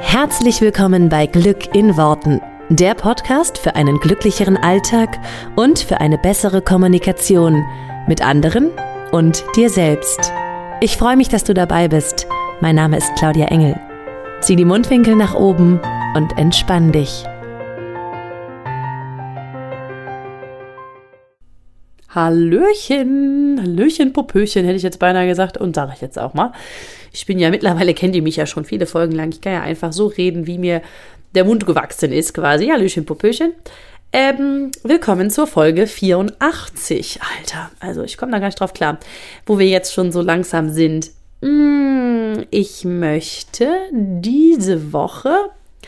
Herzlich willkommen bei Glück in Worten, der Podcast für einen glücklicheren Alltag und für eine bessere Kommunikation mit anderen und dir selbst. Ich freue mich, dass du dabei bist. Mein Name ist Claudia Engel. Zieh die Mundwinkel nach oben und entspann dich. Hallöchen, Hallöchen, Popöchen, hätte ich jetzt beinahe gesagt und sage ich jetzt auch mal. Ich bin ja mittlerweile, kennt ihr mich ja schon viele Folgen lang, ich kann ja einfach so reden, wie mir der Mund gewachsen ist quasi. Hallöchen, Popöchen. Willkommen zur Folge 84, Alter, also ich komme da gar nicht drauf klar, wo wir jetzt schon so langsam sind. Ich möchte diese Woche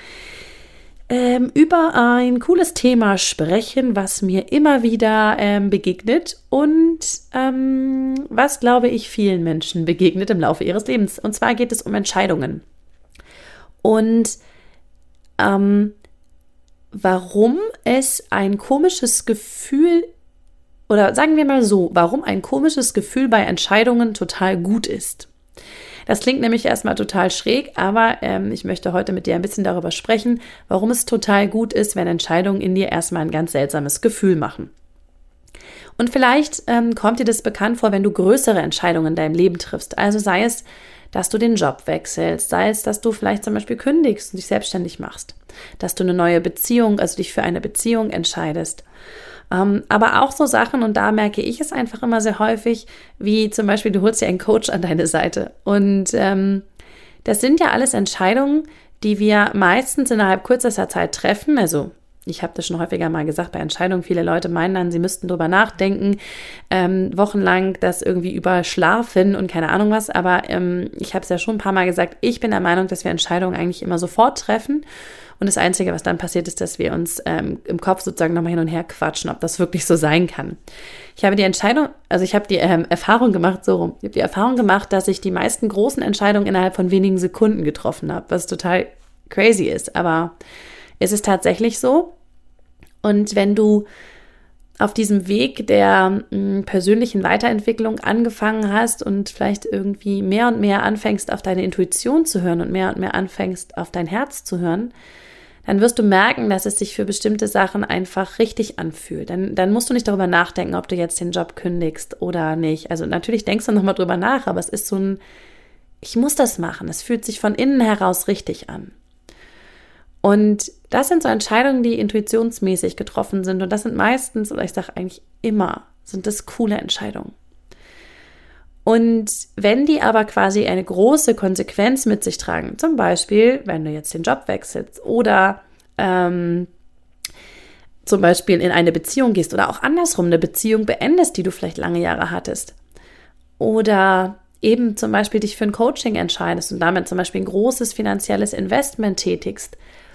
über ein cooles Thema sprechen, was mir immer wieder begegnet und was, glaube ich, vielen Menschen begegnet im Laufe ihres Lebens. Und zwar geht es um Entscheidungen. Und warum es ein komisches Gefühl, oder sagen wir mal so, warum ein komisches Gefühl bei Entscheidungen total gut ist. Das klingt nämlich erstmal total schräg, aber ich möchte heute mit dir ein bisschen darüber sprechen, warum es total gut ist, wenn Entscheidungen in dir erstmal ein ganz seltsames Gefühl machen. Und vielleicht kommt dir das bekannt vor, wenn du größere Entscheidungen in deinem Leben triffst. Also sei es, dass du den Job wechselst, sei es, dass du vielleicht zum Beispiel kündigst und dich selbstständig machst, dass du eine neue Beziehung, also dich für eine Beziehung entscheidest. Aber auch so Sachen, und da merke ich es einfach immer sehr häufig, wie zum Beispiel, du holst dir einen Coach an deine Seite. Und das sind ja alles Entscheidungen, die wir meistens innerhalb kürzester Zeit treffen. Also ich habe das schon häufiger mal gesagt bei Entscheidungen. Viele Leute meinen dann, sie müssten drüber nachdenken, wochenlang das irgendwie überschlafen und keine Ahnung was. Aber ich habe es ja schon ein paar Mal gesagt, ich bin der Meinung, dass wir Entscheidungen eigentlich immer sofort treffen. Und das Einzige, was dann passiert, ist, dass wir uns im Kopf sozusagen nochmal hin und her quatschen, ob das wirklich so sein kann. Ich habe die Erfahrung gemacht, dass ich die meisten großen Entscheidungen innerhalb von wenigen Sekunden getroffen habe, was total crazy ist. Aber es ist tatsächlich so. Und wenn du auf diesem Weg der persönlichen Weiterentwicklung angefangen hast und vielleicht irgendwie mehr und mehr anfängst, auf deine Intuition zu hören und mehr anfängst, auf dein Herz zu hören, dann wirst du merken, dass es sich für bestimmte Sachen einfach richtig anfühlt. Dann musst du nicht darüber nachdenken, ob du jetzt den Job kündigst oder nicht. Also natürlich denkst du nochmal drüber nach, aber es ist so ein, ich muss das machen. Es fühlt sich von innen heraus richtig an. Und das sind so Entscheidungen, die intuitionsmäßig getroffen sind. Und das sind meistens, oder ich sage eigentlich immer, sind das coole Entscheidungen. Und wenn die aber quasi eine große Konsequenz mit sich tragen, zum Beispiel, wenn du jetzt den Job wechselst oder zum Beispiel in eine Beziehung gehst oder auch andersrum eine Beziehung beendest, die du vielleicht lange Jahre hattest, oder eben zum Beispiel dich für ein Coaching entscheidest und damit zum Beispiel ein großes finanzielles Investment tätigst,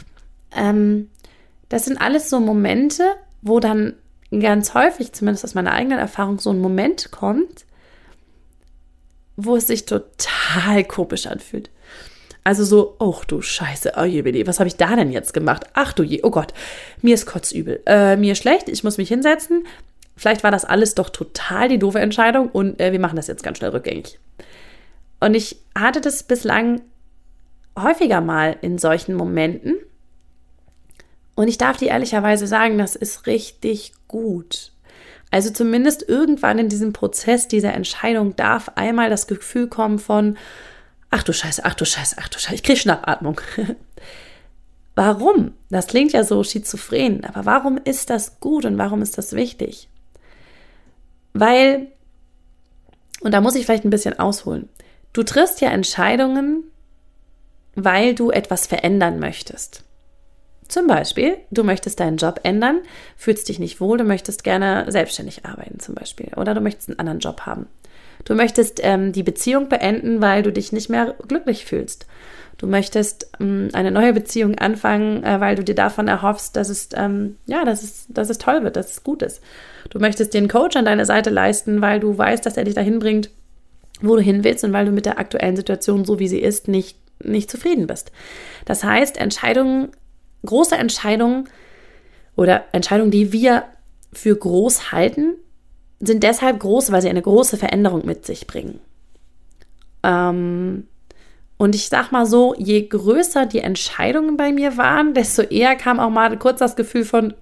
das sind alles so Momente, wo dann ganz häufig, zumindest aus meiner eigenen Erfahrung, so ein Moment kommt, wo es sich total komisch anfühlt. Also so, ach du Scheiße, oh je, was habe ich da denn jetzt gemacht? Ach du je, oh Gott, mir ist kotzübel, mir ist schlecht, ich muss mich hinsetzen. Vielleicht war das alles doch total die doofe Entscheidung und wir machen das jetzt ganz schnell rückgängig. Und ich hatte das bislang häufiger mal in solchen Momenten. Und ich darf dir ehrlicherweise sagen, das ist richtig gut. Also zumindest irgendwann in diesem Prozess dieser Entscheidung darf einmal das Gefühl kommen von ach du Scheiße, ach du Scheiße, ach du Scheiße, ich kriege Schnappatmung. Warum? Das klingt ja so schizophren, aber warum ist das gut und warum ist das wichtig? Weil, und da muss ich vielleicht ein bisschen ausholen, du triffst ja Entscheidungen, weil du etwas verändern möchtest. Zum Beispiel, du möchtest deinen Job ändern, fühlst dich nicht wohl, du möchtest gerne selbstständig arbeiten zum Beispiel oder du möchtest einen anderen Job haben. Du möchtest die Beziehung beenden, weil du dich nicht mehr glücklich fühlst. Du möchtest eine neue Beziehung anfangen, weil du dir davon erhoffst, dass es toll wird, dass es gut ist. Du möchtest dir einen Coach an deine Seite leisten, weil du weißt, dass er dich dahin bringt, wo du hin willst und weil du mit der aktuellen Situation, so wie sie ist, nicht zufrieden bist. Das heißt, große Entscheidungen oder Entscheidungen, die wir für groß halten, sind deshalb groß, weil sie eine große Veränderung mit sich bringen. Und Und ich sag mal so, je größer die Entscheidungen bei mir waren, desto eher kam auch mal kurz das Gefühl von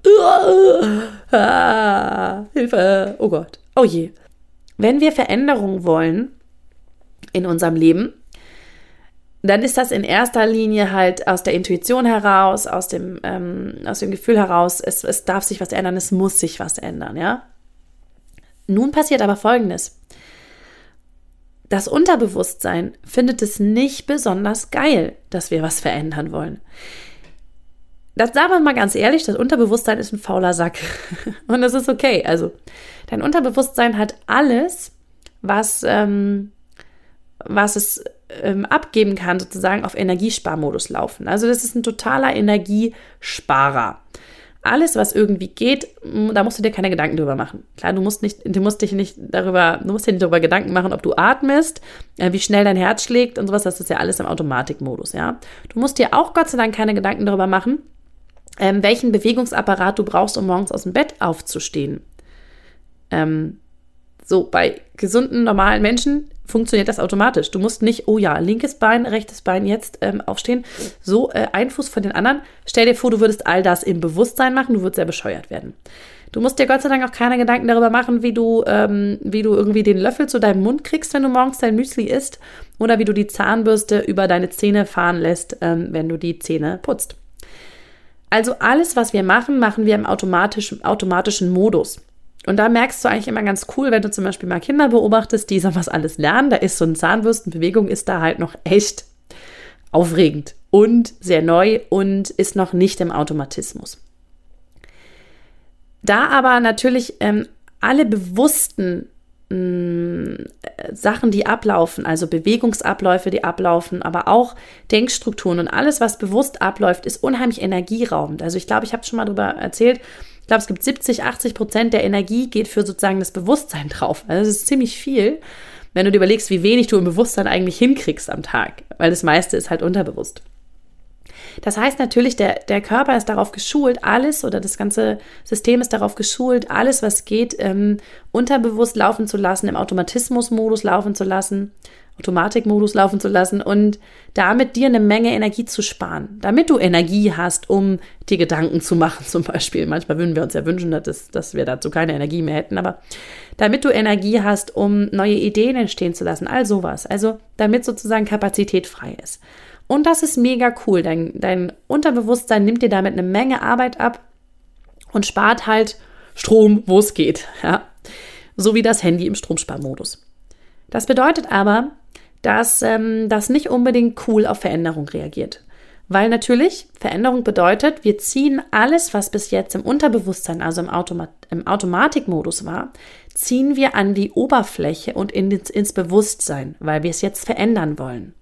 Hilfe, oh Gott, oh je. Wenn wir Veränderungen wollen in unserem Leben, dann ist das in erster Linie halt aus der Intuition heraus, aus dem Gefühl heraus, es darf sich was ändern, es muss sich was ändern, ja. Nun passiert aber Folgendes. Das Unterbewusstsein findet es nicht besonders geil, dass wir was verändern wollen. Das sagen wir mal ganz ehrlich, das Unterbewusstsein ist ein fauler Sack. Und das ist okay. Also, dein Unterbewusstsein hat alles, was es abgeben kann, sozusagen auf Energiesparmodus laufen. Also, das ist ein totaler Energiesparer. Alles, was irgendwie geht, da musst du dir keine Gedanken drüber machen. Klar, du musst dir nicht darüber Gedanken machen, ob du atmest, wie schnell dein Herz schlägt und sowas. Das ist ja alles im Automatikmodus, ja. Du musst dir auch Gott sei Dank keine Gedanken darüber machen, welchen Bewegungsapparat du brauchst, um morgens aus dem Bett aufzustehen. So, bei gesunden, normalen Menschen funktioniert das automatisch. Du musst nicht, oh ja, linkes Bein, rechtes Bein jetzt aufstehen. So, ein Fuß von den anderen. Stell dir vor, du würdest all das im Bewusstsein machen, du würdest ja bescheuert werden. Du musst dir Gott sei Dank auch keine Gedanken darüber machen, wie du irgendwie den Löffel zu deinem Mund kriegst, wenn du morgens dein Müsli isst, oder wie du die Zahnbürste über deine Zähne fahren lässt, wenn du die Zähne putzt. Also alles, was wir machen, machen wir im automatischen Modus. Und da merkst du eigentlich immer ganz cool, wenn du zum Beispiel mal Kinder beobachtest, die sowas alles lernen, da ist so eine Zahnbürstenbewegung, ist da halt noch echt aufregend und sehr neu und ist noch nicht im Automatismus. Da aber natürlich alle bewussten Sachen, die ablaufen, also Bewegungsabläufe, die ablaufen, aber auch Denkstrukturen und alles, was bewusst abläuft, ist unheimlich energieraubend. Also ich glaube, ich habe schon mal darüber erzählt, ich glaube, es gibt 70-80% der Energie geht für sozusagen das Bewusstsein drauf. Also das ist ziemlich viel, wenn du dir überlegst, wie wenig du im Bewusstsein eigentlich hinkriegst am Tag, weil das meiste ist halt unterbewusst. Das heißt natürlich, der Körper ist darauf geschult, alles oder das ganze System ist darauf geschult, alles, was geht, unterbewusst laufen zu lassen, im Automatismusmodus laufen zu lassen, Automatikmodus laufen zu lassen und damit dir eine Menge Energie zu sparen. Damit du Energie hast, um dir Gedanken zu machen zum Beispiel. Manchmal würden wir uns ja wünschen, dass wir dazu keine Energie mehr hätten, aber damit du Energie hast, um neue Ideen entstehen zu lassen, all sowas. Also damit sozusagen Kapazität frei ist. Und das ist mega cool. Dein Unterbewusstsein nimmt dir damit eine Menge Arbeit ab und spart halt Strom, wo es geht. Ja? So wie das Handy im Stromsparmodus. Das bedeutet aber, dass das nicht unbedingt cool auf Veränderung reagiert. Weil natürlich Veränderung bedeutet, wir ziehen alles, was bis jetzt im Unterbewusstsein, also im Automatikmodus war, ziehen wir an die Oberfläche und ins Bewusstsein, weil wir es jetzt verändern wollen.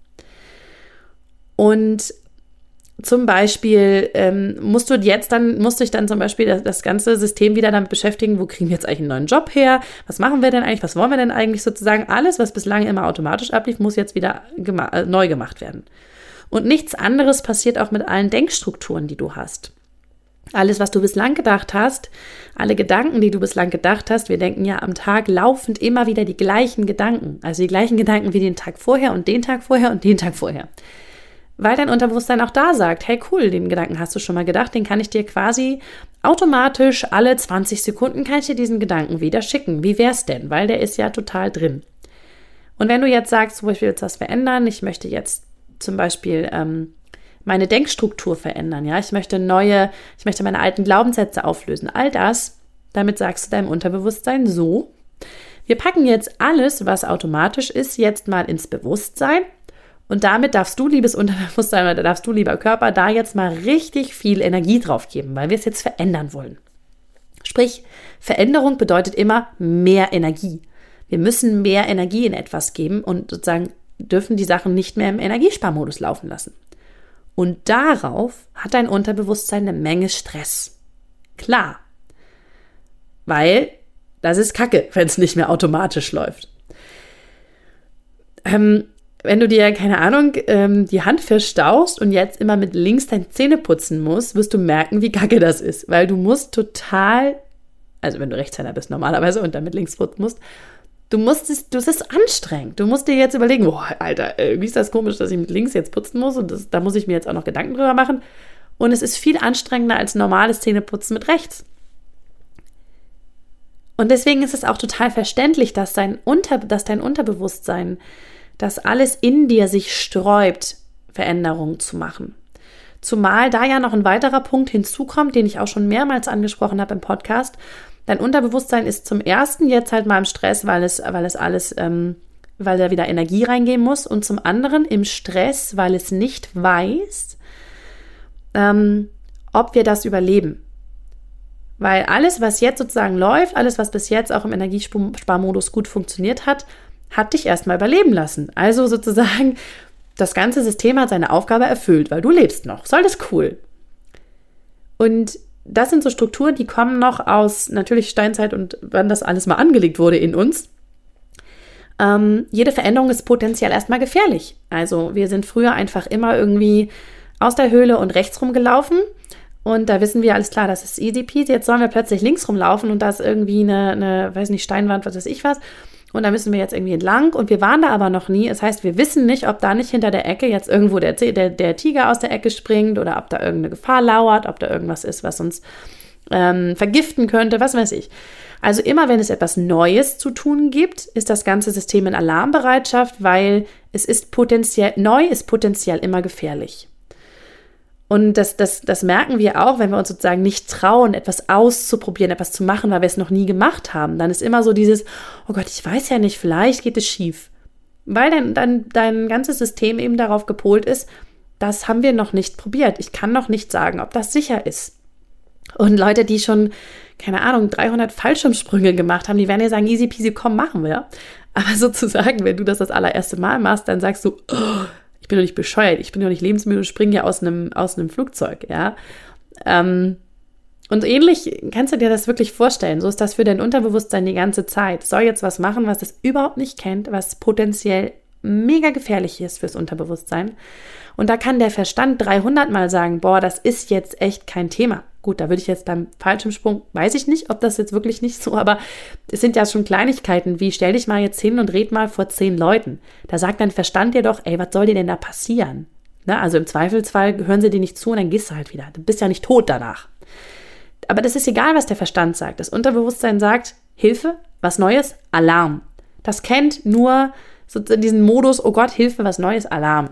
Und zum Beispiel musst du dich dann zum Beispiel das ganze System wieder damit beschäftigen, wo kriegen wir jetzt eigentlich einen neuen Job her? Was machen wir denn eigentlich? Was wollen wir denn eigentlich sozusagen? Alles, was bislang immer automatisch ablief, muss jetzt wieder neu gemacht werden. Und nichts anderes passiert auch mit allen Denkstrukturen, die du hast. Alles, was du bislang gedacht hast, alle Gedanken, die du bislang gedacht hast, wir denken ja am Tag laufend immer wieder die gleichen Gedanken. Also die gleichen Gedanken wie den Tag vorher und den Tag vorher und den Tag vorher. Weil dein Unterbewusstsein auch da sagt, hey cool, den Gedanken hast du schon mal gedacht, den kann ich dir quasi automatisch alle 20 Sekunden kann ich dir diesen Gedanken wieder schicken. Wie wär's denn? Weil der ist ja total drin. Und wenn du jetzt sagst, zum Beispiel jetzt was verändern, ich möchte jetzt zum Beispiel meine Denkstruktur verändern, ja, ich möchte meine alten Glaubenssätze auflösen, all das, damit sagst du deinem Unterbewusstsein so, wir packen jetzt alles, was automatisch ist, jetzt mal ins Bewusstsein. Und damit darfst du, liebes Unterbewusstsein, oder darfst du, lieber Körper, da jetzt mal richtig viel Energie drauf geben, weil wir es jetzt verändern wollen. Sprich, Veränderung bedeutet immer mehr Energie. Wir müssen mehr Energie in etwas geben und sozusagen dürfen die Sachen nicht mehr im Energiesparmodus laufen lassen. Und darauf hat dein Unterbewusstsein eine Menge Stress. Klar. Weil das ist Kacke, wenn es nicht mehr automatisch läuft. Wenn du dir, keine Ahnung, die Hand verstaust und jetzt immer mit links deine Zähne putzen musst, wirst du merken, wie kacke das ist. Weil du musst total, also wenn du Rechtshänder bist normalerweise und dann mit links putzen musst, das ist anstrengend. Du musst dir jetzt überlegen, boah, Alter, irgendwie ist das komisch, dass ich mit links jetzt putzen muss und da muss ich mir jetzt auch noch Gedanken drüber machen. Und es ist viel anstrengender als normales Zähneputzen mit rechts. Und deswegen ist es auch total verständlich, dass dein Unterbewusstsein, dass alles in dir sich sträubt, Veränderungen zu machen. Zumal da ja noch ein weiterer Punkt hinzukommt, den ich auch schon mehrmals angesprochen habe im Podcast. Dein Unterbewusstsein ist zum ersten jetzt halt mal im Stress, weil da wieder Energie reingehen muss, und zum anderen im Stress, weil es nicht weiß, ob wir das überleben. Weil alles, was jetzt sozusagen läuft, alles, was bis jetzt auch im Energiesparmodus gut funktioniert hat dich erstmal überleben lassen. Also sozusagen, das ganze System hat seine Aufgabe erfüllt, weil du lebst noch. Ist alles cool. Und das sind so Strukturen, die kommen noch aus natürlich Steinzeit und wann das alles mal angelegt wurde in uns. Jede Veränderung ist potenziell erstmal gefährlich. Also wir sind früher einfach immer irgendwie aus der Höhle und rechts rumgelaufen. Und da wissen wir, alles klar, das ist easy peasy. Jetzt sollen wir plötzlich links rumlaufen und da ist irgendwie eine weiß nicht, Steinwand, was weiß ich was. Und da müssen wir jetzt irgendwie entlang. Und wir waren da aber noch nie. Das heißt, wir wissen nicht, ob da nicht hinter der Ecke jetzt irgendwo der Tiger aus der Ecke springt oder ob da irgendeine Gefahr lauert, ob da irgendwas ist, was uns vergiften könnte, was weiß ich. Also immer, wenn es etwas Neues zu tun gibt, ist das ganze System in Alarmbereitschaft, weil neu ist potenziell immer gefährlich. Und das merken wir auch, wenn wir uns sozusagen nicht trauen, etwas auszuprobieren, etwas zu machen, weil wir es noch nie gemacht haben. Dann ist immer so dieses, oh Gott, ich weiß ja nicht, vielleicht geht es schief. Weil dein ganzes System eben darauf gepolt ist, das haben wir noch nicht probiert. Ich kann noch nicht sagen, ob das sicher ist. Und Leute, die schon, keine Ahnung, 300 Fallschirmsprünge gemacht haben, die werden ja sagen, easy peasy, komm, machen wir. Aber sozusagen, wenn du das allererste Mal machst, dann sagst du, oh, ich bin doch nicht bescheuert, ich bin doch nicht lebensmüde und springe ja aus einem Flugzeug, ja. Und ähnlich kannst du dir das wirklich vorstellen. So ist das für dein Unterbewusstsein die ganze Zeit. Soll jetzt was machen, was es überhaupt nicht kennt, was potenziell mega gefährlich ist fürs Unterbewusstsein. Und da kann der Verstand 300 Mal sagen, boah, das ist jetzt echt kein Thema. Gut, da würde ich jetzt beim Fallschirmsprung, weiß ich nicht, ob das jetzt wirklich nicht so, aber es sind ja schon Kleinigkeiten, wie stell dich mal jetzt hin und red mal vor 10 Leuten. Da sagt dein Verstand dir doch, ey, was soll dir denn da passieren? Ne? Also im Zweifelsfall hören sie dir nicht zu und dann gehst du halt wieder. Du bist ja nicht tot danach. Aber das ist egal, was der Verstand sagt. Das Unterbewusstsein sagt, Hilfe, was Neues, Alarm. Das kennt nur so diesen Modus, oh Gott, Hilfe, was Neues, Alarm.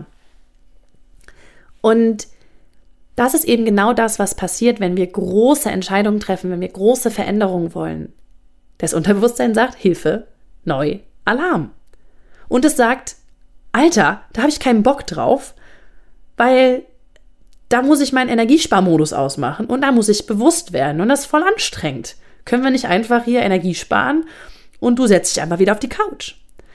Und das ist eben genau das, was passiert, wenn wir große Entscheidungen treffen, wenn wir große Veränderungen wollen. Das Unterbewusstsein sagt, Hilfe, neu, Alarm. Und es sagt, Alter, da habe ich keinen Bock drauf, weil da muss ich meinen Energiesparmodus ausmachen und da muss ich bewusst werden und das ist voll anstrengend. Können wir nicht einfach hier Energie sparen und du setzt dich einfach wieder auf die Couch?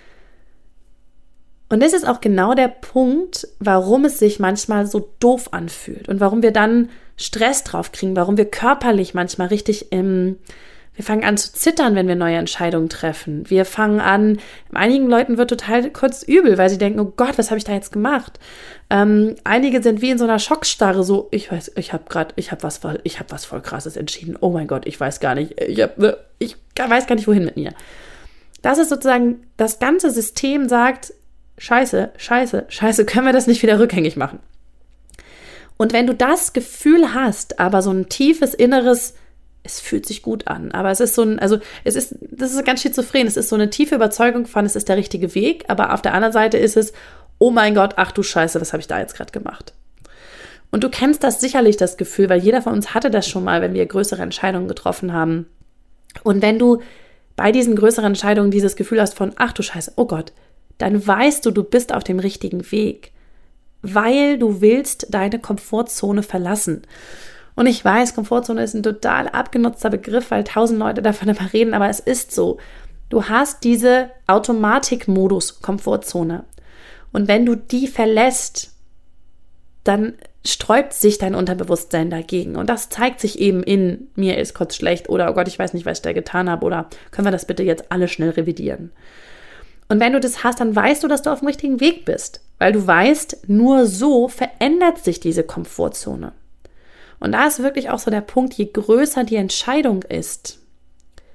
Und das ist auch genau der Punkt, warum es sich manchmal so doof anfühlt und warum wir dann Stress drauf kriegen, warum wir körperlich manchmal richtig wir fangen an zu zittern, wenn wir neue Entscheidungen treffen. Wir fangen an, einigen Leuten wird total kurz übel, weil sie denken, oh Gott, was habe ich da jetzt gemacht? Einige sind wie in so einer Schockstarre, so, ich habe was voll Krasses entschieden. Oh mein Gott, ich weiß gar nicht, ich weiß gar nicht, wohin mit mir. Das ist sozusagen, das ganze System sagt, Scheiße, können wir das nicht wieder rückgängig machen? Und wenn du das Gefühl hast, aber so ein tiefes inneres, es fühlt sich gut an, aber es ist das ist ganz schizophren, es ist so eine tiefe Überzeugung von, es ist der richtige Weg, aber auf der anderen Seite ist es, oh mein Gott, ach du Scheiße, was habe ich da jetzt gerade gemacht? Und du kennst das sicherlich, das Gefühl, weil jeder von uns hatte das schon mal, wenn wir größere Entscheidungen getroffen haben. Und wenn du bei diesen größeren Entscheidungen dieses Gefühl hast von, ach du Scheiße, oh Gott, dann weißt du bist auf dem richtigen Weg, weil du willst deine Komfortzone verlassen. Und ich weiß, Komfortzone ist ein total abgenutzter Begriff, weil 1000 Leute davon immer reden, aber es ist so. Du hast diese Automatikmodus Komfortzone. Und wenn du die verlässt, dann sträubt sich dein Unterbewusstsein dagegen. Und das zeigt sich eben in, mir ist kurz schlecht oder oh Gott, ich weiß nicht, was ich da getan habe oder können wir das bitte jetzt alle schnell revidieren. Und wenn du das hast, dann weißt du, dass du auf dem richtigen Weg bist, weil du weißt, nur so verändert sich diese Komfortzone. Und da ist wirklich auch so der Punkt, je größer die Entscheidung ist,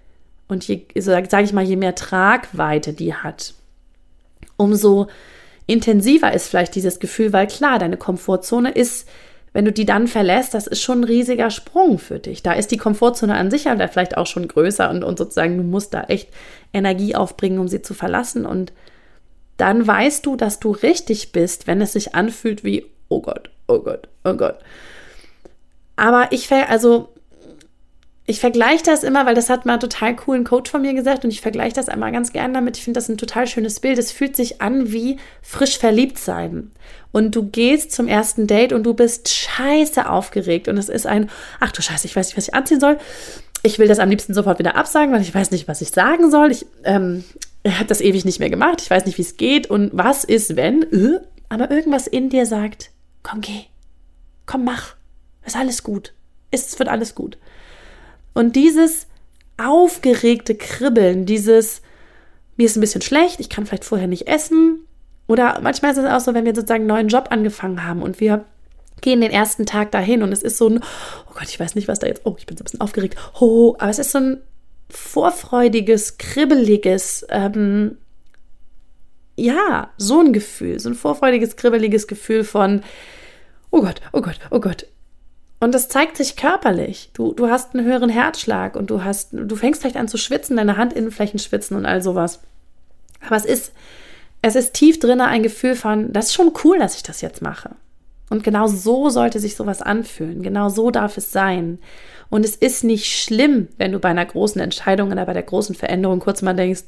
und sage ich mal, je mehr Tragweite die hat, umso intensiver ist vielleicht dieses Gefühl, weil klar, deine Komfortzone ist, wenn du die dann verlässt, das ist schon ein riesiger Sprung für dich. Da ist die Komfortzone an sich halt vielleicht auch schon größer und sozusagen du musst da echt Energie aufbringen, um sie zu verlassen. Und dann weißt du, dass du richtig bist, wenn es sich anfühlt wie, oh Gott, oh Gott, oh Gott. Aber ich vergleiche das immer, weil das hat mal einen total coolen Coach von mir gesagt und ich vergleiche das einmal ganz gern damit. Ich finde das ein total schönes Bild. Es fühlt sich an wie frisch verliebt sein. Und du gehst zum ersten Date und du bist scheiße aufgeregt. Und es ist ach du Scheiße, ich weiß nicht, was ich anziehen soll. Ich will das am liebsten sofort wieder absagen, weil ich weiß nicht, was ich sagen soll. Ich habe das ewig nicht mehr gemacht. Ich weiß nicht, wie es geht. Und was ist, wenn? Aber irgendwas in dir sagt, komm, geh. Komm, mach. Ist alles gut. Es wird alles gut. Und dieses aufgeregte Kribbeln, dieses, mir ist ein bisschen schlecht, ich kann vielleicht vorher nicht essen. Oder manchmal ist es auch so, wenn wir sozusagen einen neuen Job angefangen haben und wir gehen den ersten Tag dahin und es ist so ein, oh Gott, ich weiß nicht, was da jetzt, ich bin so ein bisschen aufgeregt. Aber es ist so ein vorfreudiges, kribbeliges, so ein Gefühl, so ein vorfreudiges, kribbeliges Gefühl von, oh Gott, oh Gott, oh Gott. Und das zeigt sich körperlich. Du hast einen höheren Herzschlag und du fängst vielleicht an zu schwitzen, deine Handinnenflächen schwitzen und all sowas. Aber es ist tief drin ein Gefühl von, das ist schon cool, dass ich das jetzt mache. Und genau so sollte sich sowas anfühlen. Genau so darf es sein. Und es ist nicht schlimm, wenn du bei einer großen Entscheidung oder bei der großen Veränderung kurz mal denkst,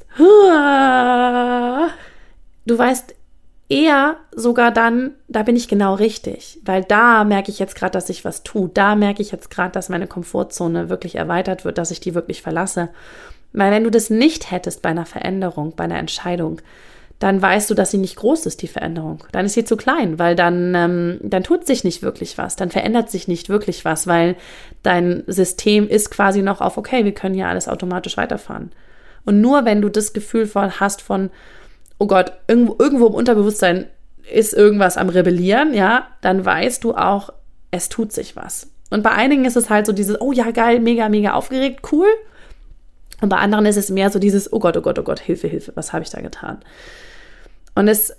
du weißt eher sogar dann, da bin ich genau richtig, weil da merke ich jetzt gerade, dass sich was tut. Da merke ich jetzt gerade, dass meine Komfortzone wirklich erweitert wird, dass ich die wirklich verlasse. Weil wenn du das nicht hättest bei einer Veränderung, bei einer Entscheidung, dann weißt du, dass sie nicht groß ist, die Veränderung. Dann ist sie zu klein, weil dann tut sich nicht wirklich was, dann verändert sich nicht wirklich was, weil dein System ist quasi noch auf, okay, wir können ja alles automatisch weiterfahren. Und nur wenn du das Gefühl hast von, oh Gott, irgendwo im Unterbewusstsein ist irgendwas am Rebellieren, ja, dann weißt du auch, es tut sich was. Und bei einigen ist es halt so dieses, oh ja, geil, mega, mega aufgeregt, cool. Und bei anderen ist es mehr so dieses, oh Gott, oh Gott, oh Gott, Hilfe, Hilfe, was habe ich da getan? Und es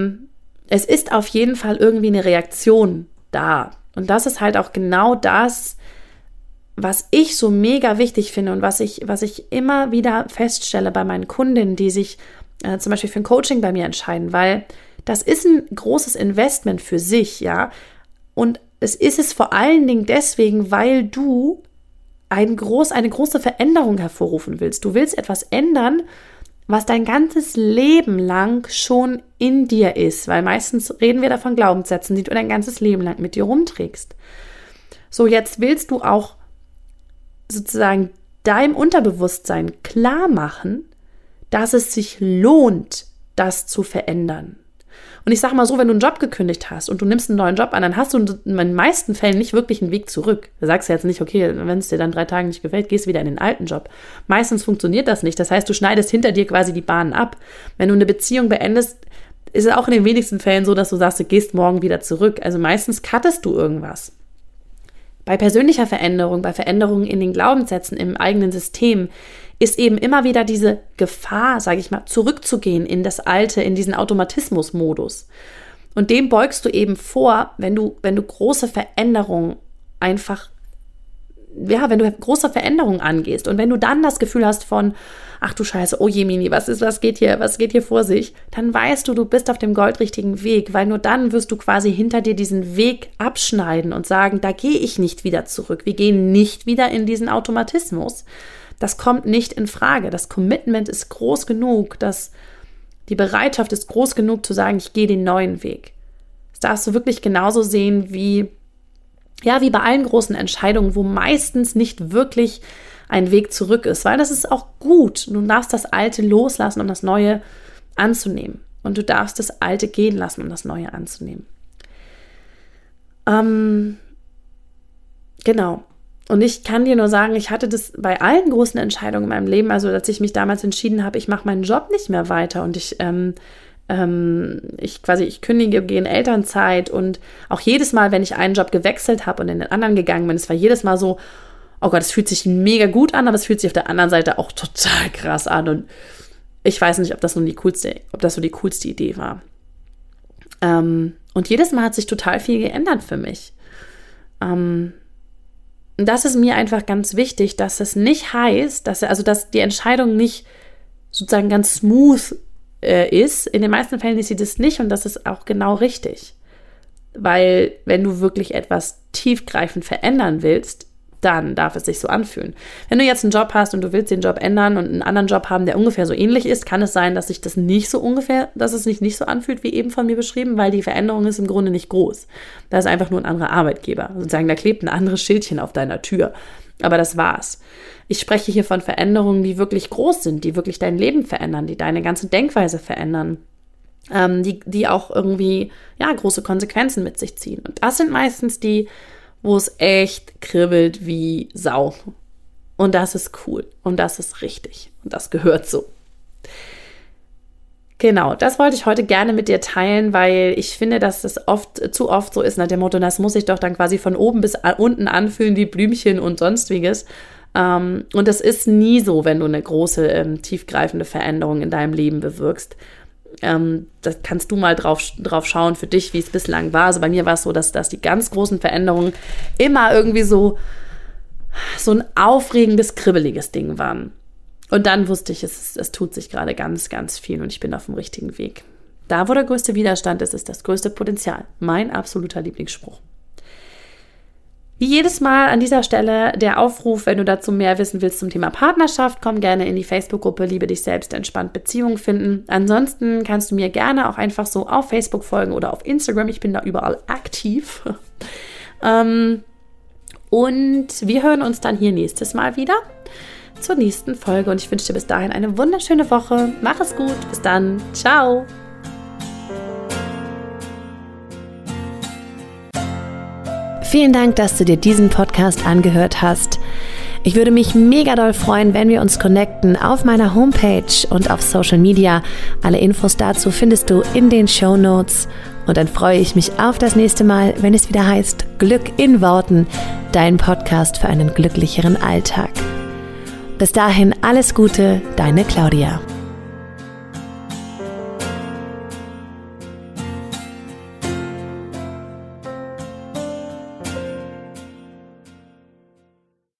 ist auf jeden Fall irgendwie eine Reaktion da. Und das ist halt auch genau das, was ich so mega wichtig finde und was ich immer wieder feststelle bei meinen Kundinnen, die sich zum Beispiel für ein Coaching bei mir entscheiden, weil das ist ein großes Investment für sich, ja. Und es ist es vor allen Dingen deswegen, weil du eine große Veränderung hervorrufen willst. Du willst etwas ändern, was dein ganzes Leben lang schon in dir ist, weil meistens reden wir da von Glaubenssätzen, die du dein ganzes Leben lang mit dir rumträgst. So, jetzt willst du auch sozusagen deinem Unterbewusstsein klar machen, dass es sich lohnt, das zu verändern. Und ich sage mal so, wenn du einen Job gekündigt hast und du nimmst einen neuen Job an, dann hast du in den meisten Fällen nicht wirklich einen Weg zurück. Da sagst du jetzt nicht, okay, wenn es dir dann 3 Tage nicht gefällt, gehst du wieder in den alten Job. Meistens funktioniert das nicht. Das heißt, du schneidest hinter dir quasi die Bahnen ab. Wenn du eine Beziehung beendest, ist es auch in den wenigsten Fällen so, dass du sagst, du gehst morgen wieder zurück. Also meistens cuttest du irgendwas. Bei persönlicher Veränderung, bei Veränderungen in den Glaubenssätzen, im eigenen System, ist eben immer wieder diese Gefahr, sage ich mal, zurückzugehen in das Alte, in diesen Automatismus-Modus. Und dem beugst du eben vor, wenn du große Veränderungen wenn du große Veränderungen angehst und wenn du dann das Gefühl hast von, ach du Scheiße, oh Jemini, was geht hier vor sich, dann weißt du bist auf dem goldrichtigen Weg, weil nur dann wirst du quasi hinter dir diesen Weg abschneiden und sagen, da gehe ich nicht wieder zurück, wir gehen nicht wieder in diesen Automatismus. Das kommt nicht in Frage. Das Commitment ist groß genug, die Bereitschaft ist groß genug zu sagen, ich gehe den neuen Weg. Das darfst du wirklich genauso sehen wie bei allen großen Entscheidungen, wo meistens nicht wirklich ein Weg zurück ist, weil das ist auch gut. Du darfst das Alte loslassen, um das Neue anzunehmen. Und du darfst das Alte gehen lassen, um das Neue anzunehmen. Genau. Und ich kann dir nur sagen, ich hatte das bei allen großen Entscheidungen in meinem Leben, also als ich mich damals entschieden habe, ich mache meinen Job nicht mehr weiter und ich kündige, gehe in Elternzeit und auch jedes Mal, wenn ich einen Job gewechselt habe und in den anderen gegangen bin, es war jedes Mal so, oh Gott, es fühlt sich mega gut an, aber es fühlt sich auf der anderen Seite auch total krass an. Und ich weiß nicht, ob das so die coolste Idee war. Und jedes Mal hat sich total viel geändert für mich. Das ist mir einfach ganz wichtig, dass es nicht heißt, dass die Entscheidung nicht sozusagen ganz smooth ist. In den meisten Fällen ist sie das nicht und das ist auch genau richtig. Weil wenn du wirklich etwas tiefgreifend verändern willst, dann darf es sich so anfühlen. Wenn du jetzt einen Job hast und du willst den Job ändern und einen anderen Job haben, der ungefähr so ähnlich ist, kann es sein, dass sich das nicht so anfühlt, wie eben von mir beschrieben, weil die Veränderung ist im Grunde nicht groß. Da ist einfach nur ein anderer Arbeitgeber. Sozusagen, da klebt ein anderes Schildchen auf deiner Tür. Aber das war's. Ich spreche hier von Veränderungen, die wirklich groß sind, die wirklich dein Leben verändern, die deine ganze Denkweise verändern, die auch irgendwie, große Konsequenzen mit sich ziehen. Und das sind meistens die, wo es echt kribbelt wie Sau. Und das ist cool. Und das ist richtig. Und das gehört so. Genau, das wollte ich heute gerne mit dir teilen, weil ich finde, dass das zu oft so ist nach dem Motto, das muss ich doch dann quasi von oben bis unten anfühlen, wie Blümchen und sonstiges. Und das ist nie so, wenn du eine große, tiefgreifende Veränderung in deinem Leben bewirkst. Das kannst du mal drauf schauen für dich, wie es bislang war. Also bei mir war es so, dass die ganz großen Veränderungen immer irgendwie so ein aufregendes, kribbeliges Ding waren. Und dann wusste ich, es tut sich gerade ganz, ganz viel und ich bin auf dem richtigen Weg. Da, wo der größte Widerstand ist, ist das größte Potenzial. Mein absoluter Lieblingsspruch. Wie jedes Mal an dieser Stelle der Aufruf, wenn du dazu mehr wissen willst zum Thema Partnerschaft, komm gerne in die Facebook-Gruppe Liebe dich selbst, entspannt Beziehungen finden. Ansonsten kannst du mir gerne auch einfach so auf Facebook folgen oder auf Instagram. Ich bin da überall aktiv. Und wir hören uns dann hier nächstes Mal wieder zur nächsten Folge. Und ich wünsche dir bis dahin eine wunderschöne Woche. Mach es gut. Bis dann. Ciao. Vielen Dank, dass du dir diesen Podcast angehört hast. Ich würde mich mega doll freuen, wenn wir uns connecten auf meiner Homepage und auf Social Media. Alle Infos dazu findest du in den Shownotes. Und dann freue ich mich auf das nächste Mal, wenn es wieder heißt Glück in Worten, dein Podcast für einen glücklicheren Alltag. Bis dahin alles Gute, deine Claudia.